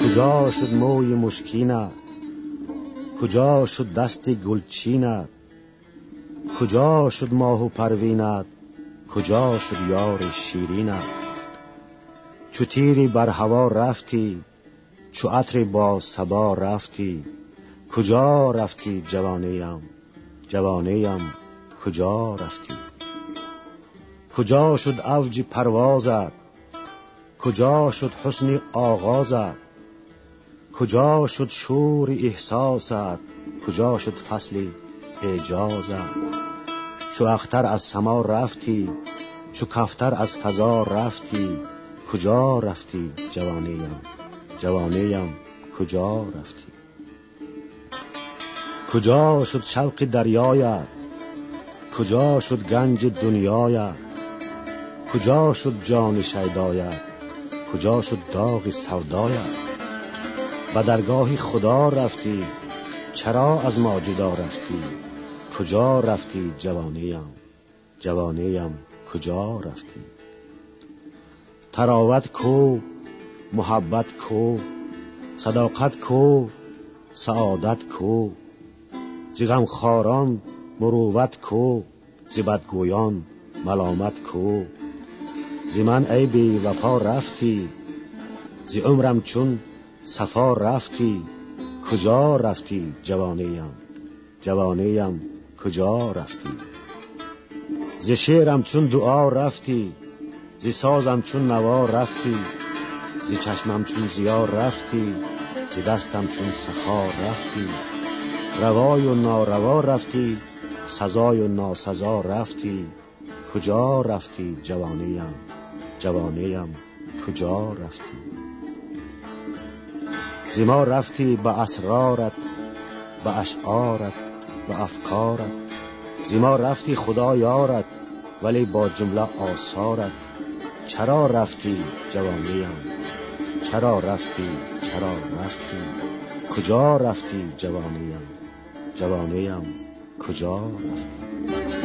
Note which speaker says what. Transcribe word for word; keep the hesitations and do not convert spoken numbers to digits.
Speaker 1: کجا شد موی مشکینت، کجا شد دست گلچینت، کجا شد ماه و پروینت، کجا شد یار شیرینت. چو تیری بر هوا رفتی، چو عطر با صبا رفتی، کجا رفتی جوانیم، جوانیم کجا رفتی. کجا شد اوج پروازت، کجا شد حسن آغازت، کجا شد شور احساست، کجا شد فصل اعجازت. چو اختر از سما رفتی، چو کفتر از فضا رفتی، کجا رفتی جوانیم، جوانیم کجا رفتی. کجا شد شوق دریایت، کجا شد گنج دنیایت، کجا شد جان شیدایت، کجا شد داغ سودایت. به درگاه خدا رفتی، چرا از ما جدا رفتی، کجا رفتی جوانیم، جوانیم کجا رفتی. تراوت کو، محبت کو، صداقت کو، سعادت کو، ز غمخواران مروت کو، ز بدگویان ملامت کو. ز من ای بی وفا رفتی، ز عمرم چون صفا رفتی، کجا رفتی جوانیم، جوانیم کجا رفتی. ز شعرم چون دعا رفتی، ز سازم چون نوا رفتی، ز چشمم چون ضیا رفتی، ز دستم چون سخا رفتی. روای و ناروا رفتی، سزای و ناسزا رفتی، کجا رفتی جوانیم، جوانیم کجا رفتی. ز ما رفتی به اسرارت، به اشعارت، به افکارت، ز ما رفتی خدا یارت، ولی با جمله آثارت. چرا رفتی جوانیم، چرا رفتی، چرا رفتی، کجا رفتی جوانیم، جوانیم کجا رفتی.